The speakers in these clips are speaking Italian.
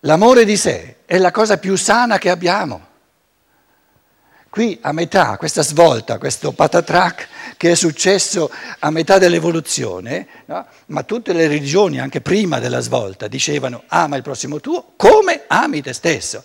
L'amore di sé è la cosa più sana che abbiamo. Qui a metà, questa svolta, questo patatrac che è successo a metà dell'evoluzione, no? Ma tutte le religioni, anche prima della svolta, dicevano ama il prossimo tuo come ami te stesso.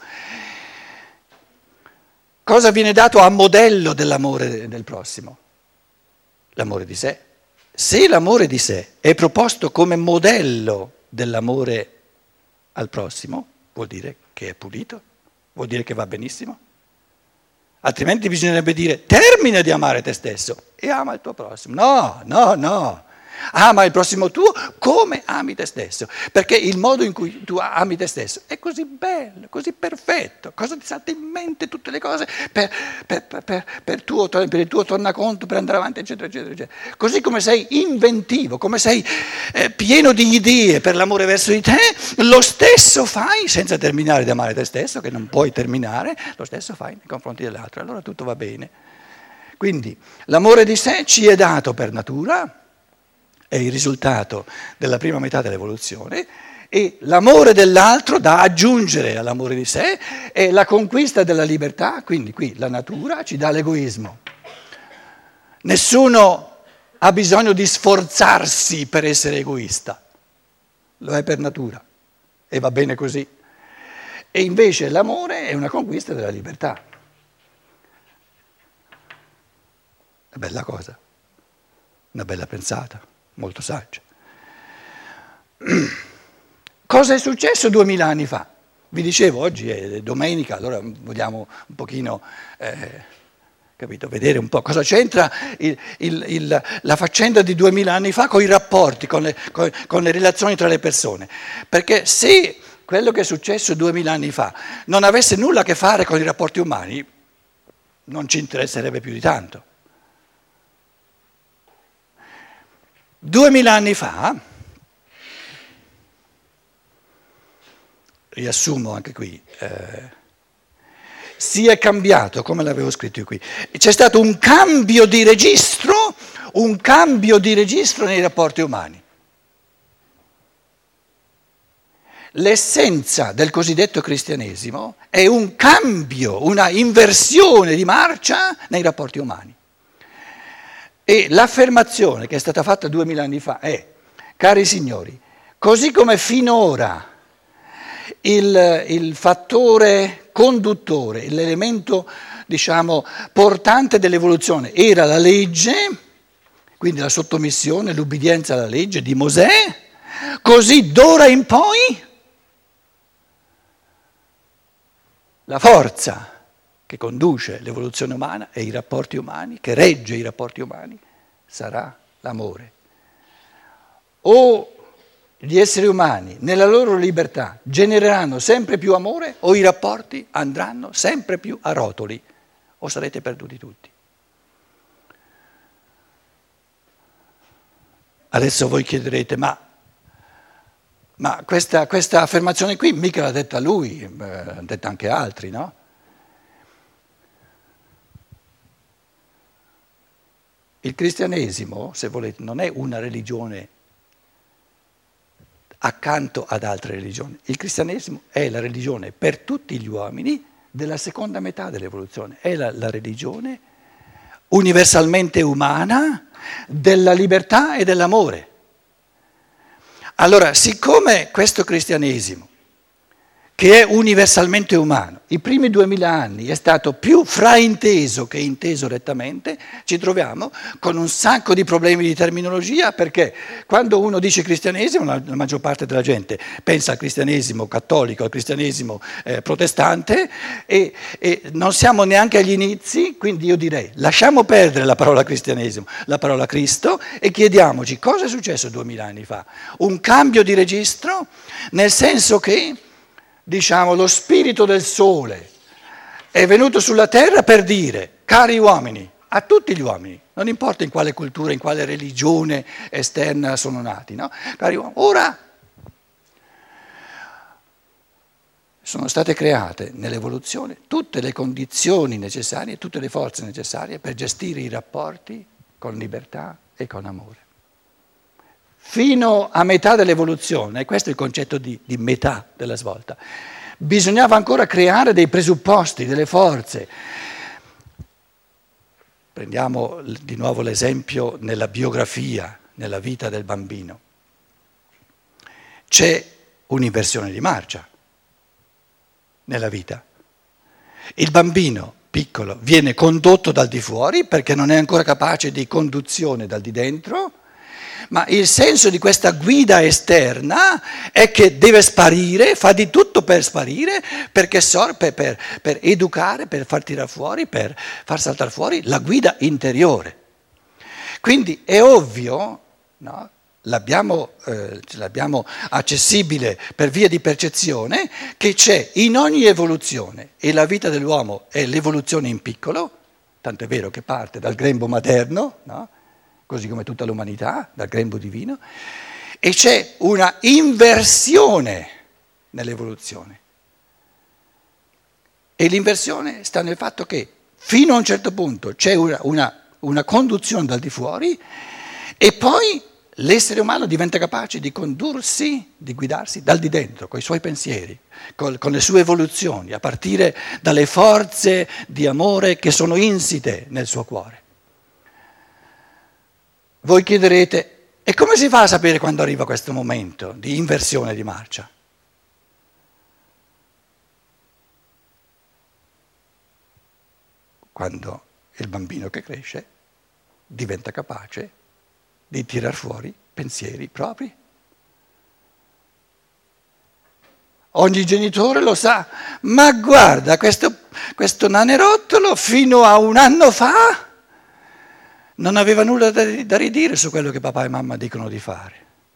Cosa viene dato a modello dell'amore del prossimo? L'amore di sé. Se l'amore di sé è proposto come modello dell'amore al prossimo, vuol dire che è pulito, vuol dire che va benissimo. Altrimenti bisognerebbe dire termina di amare te stesso e ama il tuo prossimo. No. Ama il prossimo tuo come ami te stesso, perché il modo in cui tu ami te stesso è così bello, così perfetto. Cosa ti salta in mente tutte le cose per il tuo tornaconto, per andare avanti, eccetera, eccetera, eccetera. Così come sei inventivo, come sei pieno di idee per l'amore verso di te, lo stesso fai, senza terminare di amare te stesso, che non puoi terminare, lo stesso fai nei confronti dell'altro. Allora tutto va bene. Quindi l'amore di sé ci è dato per natura, è il risultato della prima metà dell'evoluzione, e l'amore dell'altro da aggiungere all'amore di sé è la conquista della libertà. Quindi qui la natura ci dà l'egoismo. Nessuno ha bisogno di sforzarsi per essere egoista, lo è per natura e va bene così. E invece l'amore è una conquista della libertà. Una bella cosa, una bella pensata. Molto saggia. Cosa è successo 2000 anni fa? Vi dicevo, oggi è domenica, allora vogliamo un pochino vedere un po' cosa c'entra la faccenda di 2000 anni fa con i rapporti, con le relazioni tra le persone. Perché se quello che è successo 2000 anni fa non avesse nulla a che fare con i rapporti umani, non ci interesserebbe più di tanto. 2000 anni fa, riassumo anche qui, si è cambiato, come l'avevo scritto io qui, c'è stato un cambio di registro nei rapporti umani. L'essenza del cosiddetto cristianesimo è un cambio, una inversione di marcia nei rapporti umani. E l'affermazione che è stata fatta 2000 anni fa è, cari signori, così come finora il fattore conduttore, l'elemento, portante dell'evoluzione era la legge, quindi la sottomissione, l'ubbidienza alla legge di Mosè, così d'ora in poi la forza che conduce l'evoluzione umana e i rapporti umani, che regge i rapporti umani, sarà l'amore. O gli esseri umani, nella loro libertà, genereranno sempre più amore, o i rapporti andranno sempre più a rotoli, o sarete perduti tutti. Adesso voi chiederete, ma questa affermazione qui mica l'ha detta lui, l'ha detta anche altri, no? Il cristianesimo, se volete, non è una religione accanto ad altre religioni. Il cristianesimo è la religione per tutti gli uomini della seconda metà dell'evoluzione. È la religione universalmente umana della libertà e dell'amore. Allora, siccome questo cristianesimo, che è universalmente umano, i primi 2000 anni è stato più frainteso che inteso rettamente, ci troviamo con un sacco di problemi di terminologia, perché quando uno dice cristianesimo, la maggior parte della gente pensa al cristianesimo cattolico, al cristianesimo protestante, e non siamo neanche agli inizi, quindi io direi lasciamo perdere la parola cristianesimo, la parola Cristo, e chiediamoci cosa è successo 2000 anni fa. Un cambio di registro, nel senso che lo spirito del sole è venuto sulla terra per dire, cari uomini, a tutti gli uomini, non importa in quale cultura, in quale religione esterna sono nati, no? Cari uomini, ora sono state create nell'evoluzione tutte le condizioni necessarie, tutte le forze necessarie per gestire i rapporti con libertà e con amore. fino a metà dell'evoluzione, questo è il concetto di metà della svolta, bisognava ancora creare dei presupposti, delle forze. Prendiamo di nuovo l'esempio nella biografia, nella vita del bambino. C'è un'inversione di marcia nella vita. Il bambino piccolo viene condotto dal di fuori perché non è ancora capace di conduzione dal di dentro, ma il senso di questa guida esterna è che deve sparire, fa di tutto per sparire, perché per educare, per far tirare fuori, per far saltare fuori la guida interiore. Quindi è ovvio, no? L'abbiamo accessibile per via di percezione, che c'è in ogni evoluzione, e la vita dell'uomo è l'evoluzione in piccolo, tanto è vero che parte dal grembo materno, no? Così come tutta l'umanità, dal grembo divino, e c'è una inversione nell'evoluzione. E l'inversione sta nel fatto che fino a un certo punto c'è una conduzione dal di fuori e poi l'essere umano diventa capace di condursi, di guidarsi dal di dentro, con i suoi pensieri, con le sue evoluzioni, a partire dalle forze di amore che sono insite nel suo cuore. Voi chiederete, e come si fa a sapere quando arriva questo momento di inversione di marcia? Quando il bambino che cresce diventa capace di tirar fuori pensieri propri. Ogni genitore lo sa, ma guarda, questo nanerottolo fino a un anno fa non aveva nulla da ridire su quello che papà e mamma dicono di fare.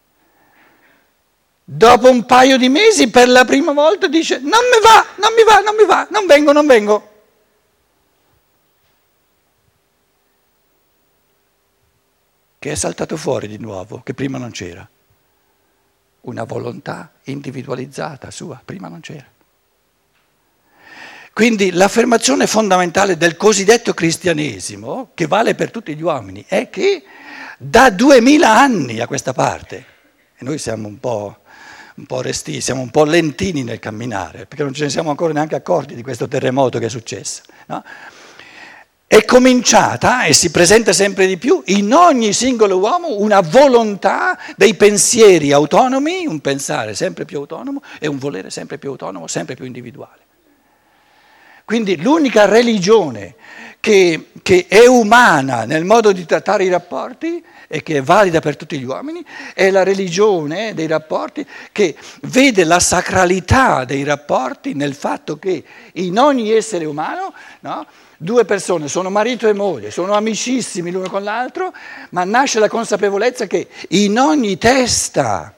Dopo un paio di mesi per la prima volta dice non mi va, non vengo. Che è saltato fuori di nuovo, che prima non c'era. Una volontà individualizzata sua, prima non c'era. Quindi l'affermazione fondamentale del cosiddetto cristianesimo, che vale per tutti gli uomini, è che da 2000 anni a questa parte, e noi siamo un po' restii, siamo un po' lentini nel camminare, perché non ce ne siamo ancora neanche accorti di questo terremoto che è successo, no? È cominciata e si presenta sempre di più in ogni singolo uomo una volontà dei pensieri autonomi, un pensare sempre più autonomo e un volere sempre più autonomo, sempre più individuale. Quindi l'unica religione che è umana nel modo di trattare i rapporti e che è valida per tutti gli uomini è la religione dei rapporti che vede la sacralità dei rapporti nel fatto che in ogni essere umano, no, due persone sono marito e moglie, sono amicissimi l'uno con l'altro, ma nasce la consapevolezza che in ogni testa,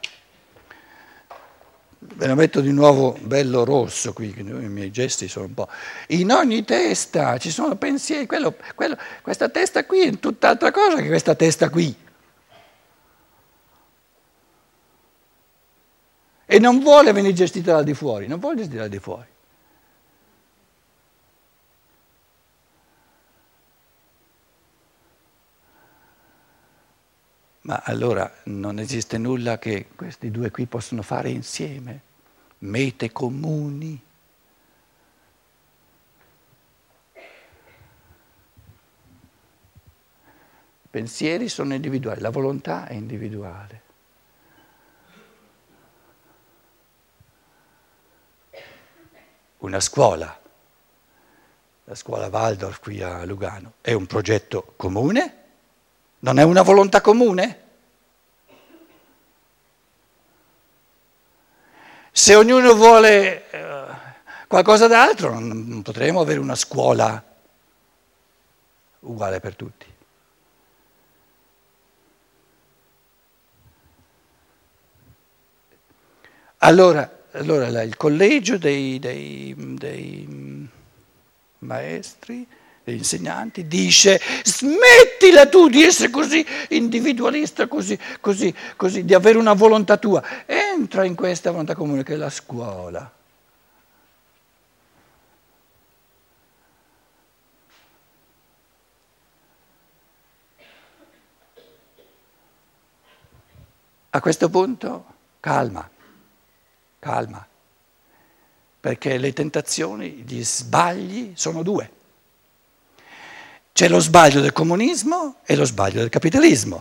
ve lo metto di nuovo bello rosso qui, che i miei gesti sono un po', in ogni testa ci sono pensieri, questa testa qui è tutt'altra cosa che questa testa qui. E non vuole venire gestita dal di fuori, non vuole gestita dal di fuori. Ma allora non esiste nulla che questi due qui possono fare insieme, mete comuni. I pensieri sono individuali, la volontà è individuale. Una scuola, la scuola Waldorf qui a Lugano, è un progetto comune? Non è una volontà comune? Se ognuno vuole qualcosa d'altro, non potremo avere una scuola uguale per tutti. Allora il collegio dei maestri, degli insegnanti, dice smettila tu di essere così individualista, così, di avere una volontà tua, entra in questa volontà comune che è la scuola. A questo punto calma, perché le tentazioni, gli sbagli sono due. C'è lo sbaglio del comunismo e lo sbaglio del capitalismo.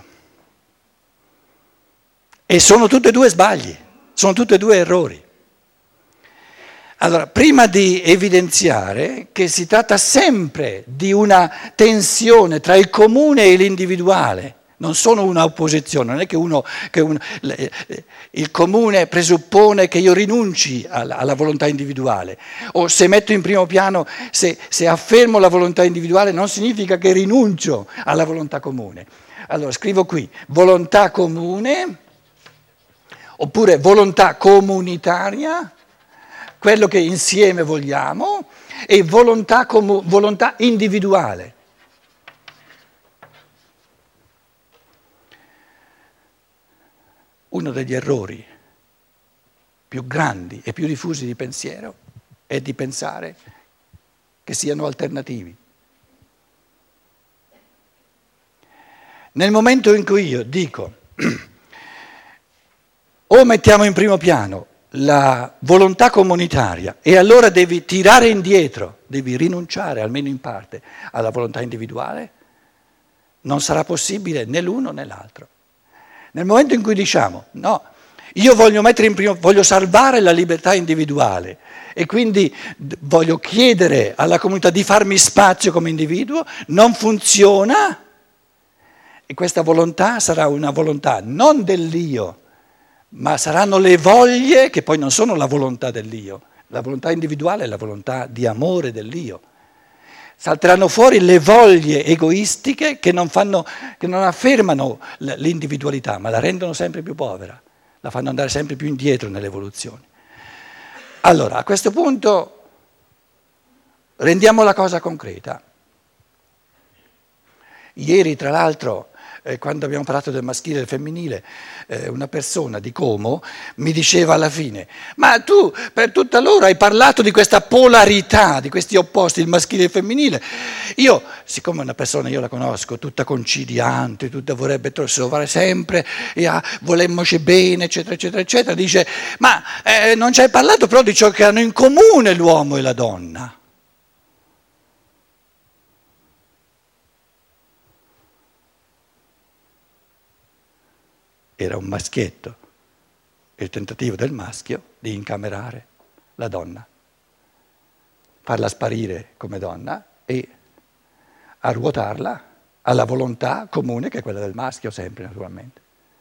E sono tutti e due sbagli, sono tutti e due errori. Allora, prima di evidenziare che si tratta sempre di una tensione tra il comune e l'individuale, non sono una opposizione, non è che il comune presuppone che io rinunci alla volontà individuale, o se metto in primo piano, se affermo la volontà individuale non significa che rinuncio alla volontà comune. Allora scrivo qui, volontà comune, oppure volontà comunitaria, quello che insieme vogliamo, e volontà individuale. Uno degli errori più grandi e più diffusi di pensiero è di pensare che siano alternativi. Nel momento in cui io dico o mettiamo in primo piano la volontà comunitaria e allora devi tirare indietro, devi rinunciare almeno in parte alla volontà individuale, non sarà possibile né l'uno né l'altro. Nel momento in cui diciamo no, io voglio salvare la libertà individuale e quindi voglio chiedere alla comunità di farmi spazio come individuo, non funziona e questa volontà sarà una volontà non dell'io, ma saranno le voglie che poi non sono la volontà dell'io. La volontà individuale è la volontà di amore dell'io. Salteranno fuori le voglie egoistiche che non affermano l'individualità, ma la rendono sempre più povera, la fanno andare sempre più indietro nell'evoluzione. Allora, a questo punto rendiamo la cosa concreta. Ieri, tra l'altro, quando abbiamo parlato del maschile e del femminile, una persona di Como mi diceva alla fine, ma tu per tutta l'ora hai parlato di questa polarità, di questi opposti, il maschile e il femminile. Io, siccome una persona, io la conosco, tutta conciliante, tutta vorrebbe trovare sempre, volemmoci bene, eccetera, eccetera, eccetera, dice, ma non ci hai parlato però di ciò che hanno in comune l'uomo e la donna. Era un maschietto, il tentativo del maschio di incamerare la donna, farla sparire come donna e arruotarla alla volontà comune che è quella del maschio sempre naturalmente.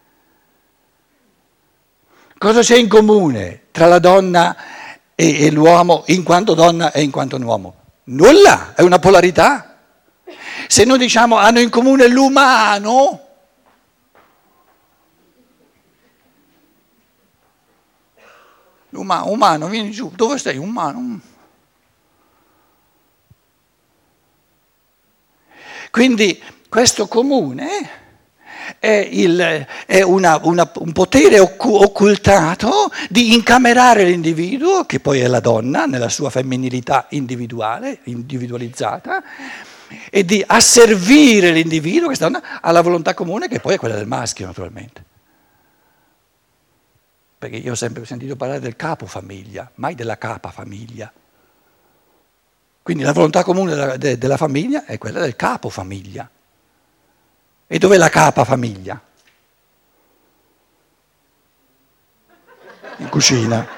Cosa c'è in comune tra la donna e l'uomo in quanto donna e in quanto uomo? Nulla, è una polarità. Se noi diciamo hanno in comune l'umano, umano, vieni giù, dove stai? Umano. Quindi questo comune è un potere occultato di incamerare l'individuo, che poi è la donna, nella sua femminilità individuale, individualizzata, e di asservire l'individuo, questa donna, alla volontà comune, che poi è quella del maschio naturalmente. Perché io ho sempre sentito parlare del capofamiglia, mai della capafamiglia. Quindi la volontà comune della famiglia è quella del capofamiglia. E dov'è la capafamiglia? In cucina.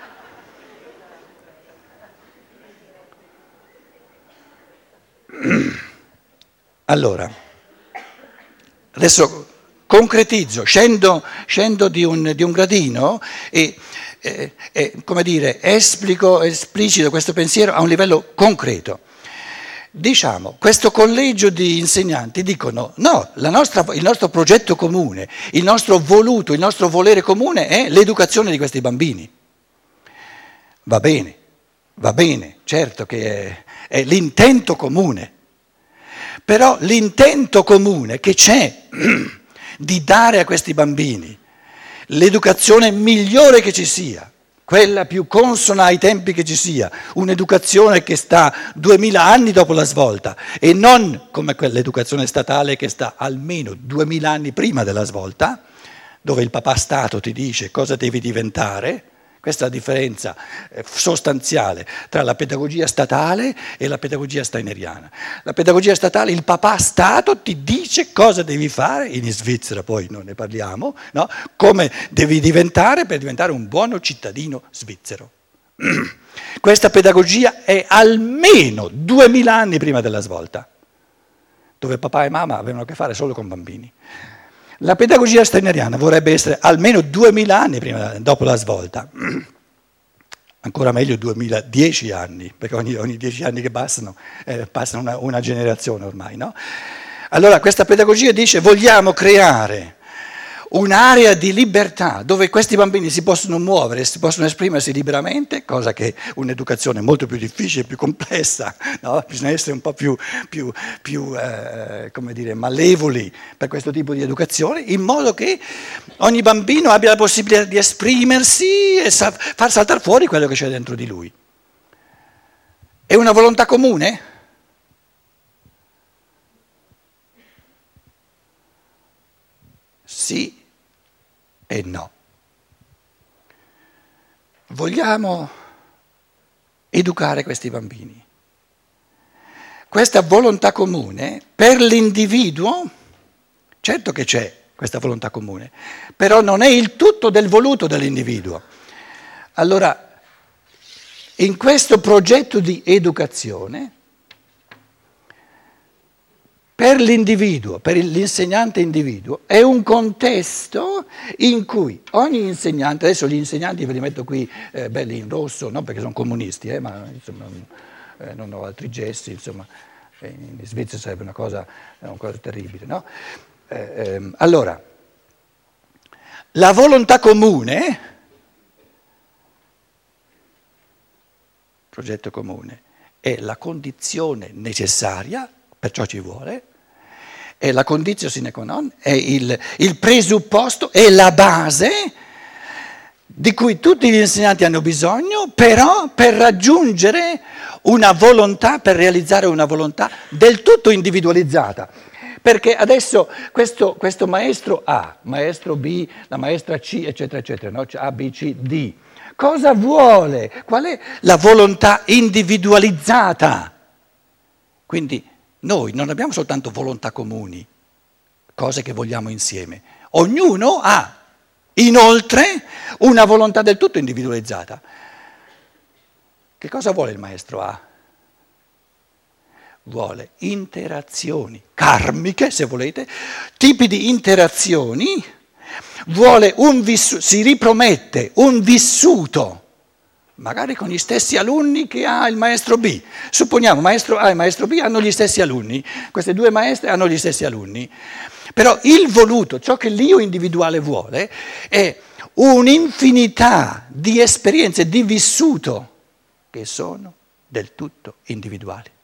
Allora, adesso concretizzo, scendo di un gradino e come dire, esplicito questo pensiero a un livello concreto. Diciamo, questo collegio di insegnanti dicono no, il nostro progetto comune, il nostro voluto, il nostro volere comune è l'educazione di questi bambini. Va bene, certo che è l'intento comune, però l'intento comune che c'è di dare a questi bambini l'educazione migliore che ci sia, quella più consona ai tempi che ci sia, un'educazione che sta 2000 anni dopo la svolta e non come quell'educazione statale che sta almeno 2000 anni prima della svolta, dove il papà Stato ti dice cosa devi diventare. Questa è la differenza sostanziale tra la pedagogia statale e la pedagogia steineriana. La pedagogia statale, il papà Stato ti dice cosa devi fare, in Svizzera poi non ne parliamo, no? Come devi diventare per diventare un buono cittadino svizzero. Questa pedagogia è almeno 2000 anni prima della svolta, dove papà e mamma avevano a che fare solo con bambini. La pedagogia steineriana vorrebbe essere almeno 2000 anni dopo la svolta, ancora meglio 2010 anni, perché ogni 10 anni che passano una generazione ormai, no? Allora questa pedagogia dice vogliamo creare un'area di libertà dove questi bambini si possono muovere, si possono esprimersi liberamente, cosa che un'educazione molto più difficile, più complessa, no? Bisogna essere un po' più come dire, malevoli per questo tipo di educazione, in modo che ogni bambino abbia la possibilità di esprimersi e far saltare fuori quello che c'è dentro di lui. È una volontà comune? Sì e no. Vogliamo educare questi bambini. Questa volontà comune per l'individuo, certo che c'è questa volontà comune, però non è il tutto del voluto dell'individuo. Allora, in questo progetto di educazione, per l'individuo, per l'insegnante individuo, è un contesto in cui ogni insegnante, adesso gli insegnanti ve li metto qui belli in rosso, non perché sono comunisti, ma insomma, non ho altri gesti, insomma, in Svizzera sarebbe una cosa terribile, no? Allora, la volontà comune, progetto comune, è la condizione necessaria, perciò ci vuole, è la condizione sine qua non, è il presupposto, è la base di cui tutti gli insegnanti hanno bisogno, però per raggiungere una volontà, per realizzare una volontà del tutto individualizzata. Perché adesso questo maestro A, maestro B, la maestra C, eccetera, eccetera, no? A, B, C, D, cosa vuole? Qual è la volontà individualizzata? Quindi noi non abbiamo soltanto volontà comuni, cose che vogliamo insieme. Ognuno ha inoltre una volontà del tutto individualizzata. Che cosa vuole il maestro A? Vuole interazioni karmiche, se volete, tipi di interazioni, vuole si ripromette un vissuto, magari con gli stessi alunni che ha il maestro B. Supponiamo maestro A e maestro B hanno gli stessi alunni, queste due maestre hanno gli stessi alunni, però il voluto, ciò che l'io individuale vuole, è un'infinità di esperienze di vissuto che sono del tutto individuali.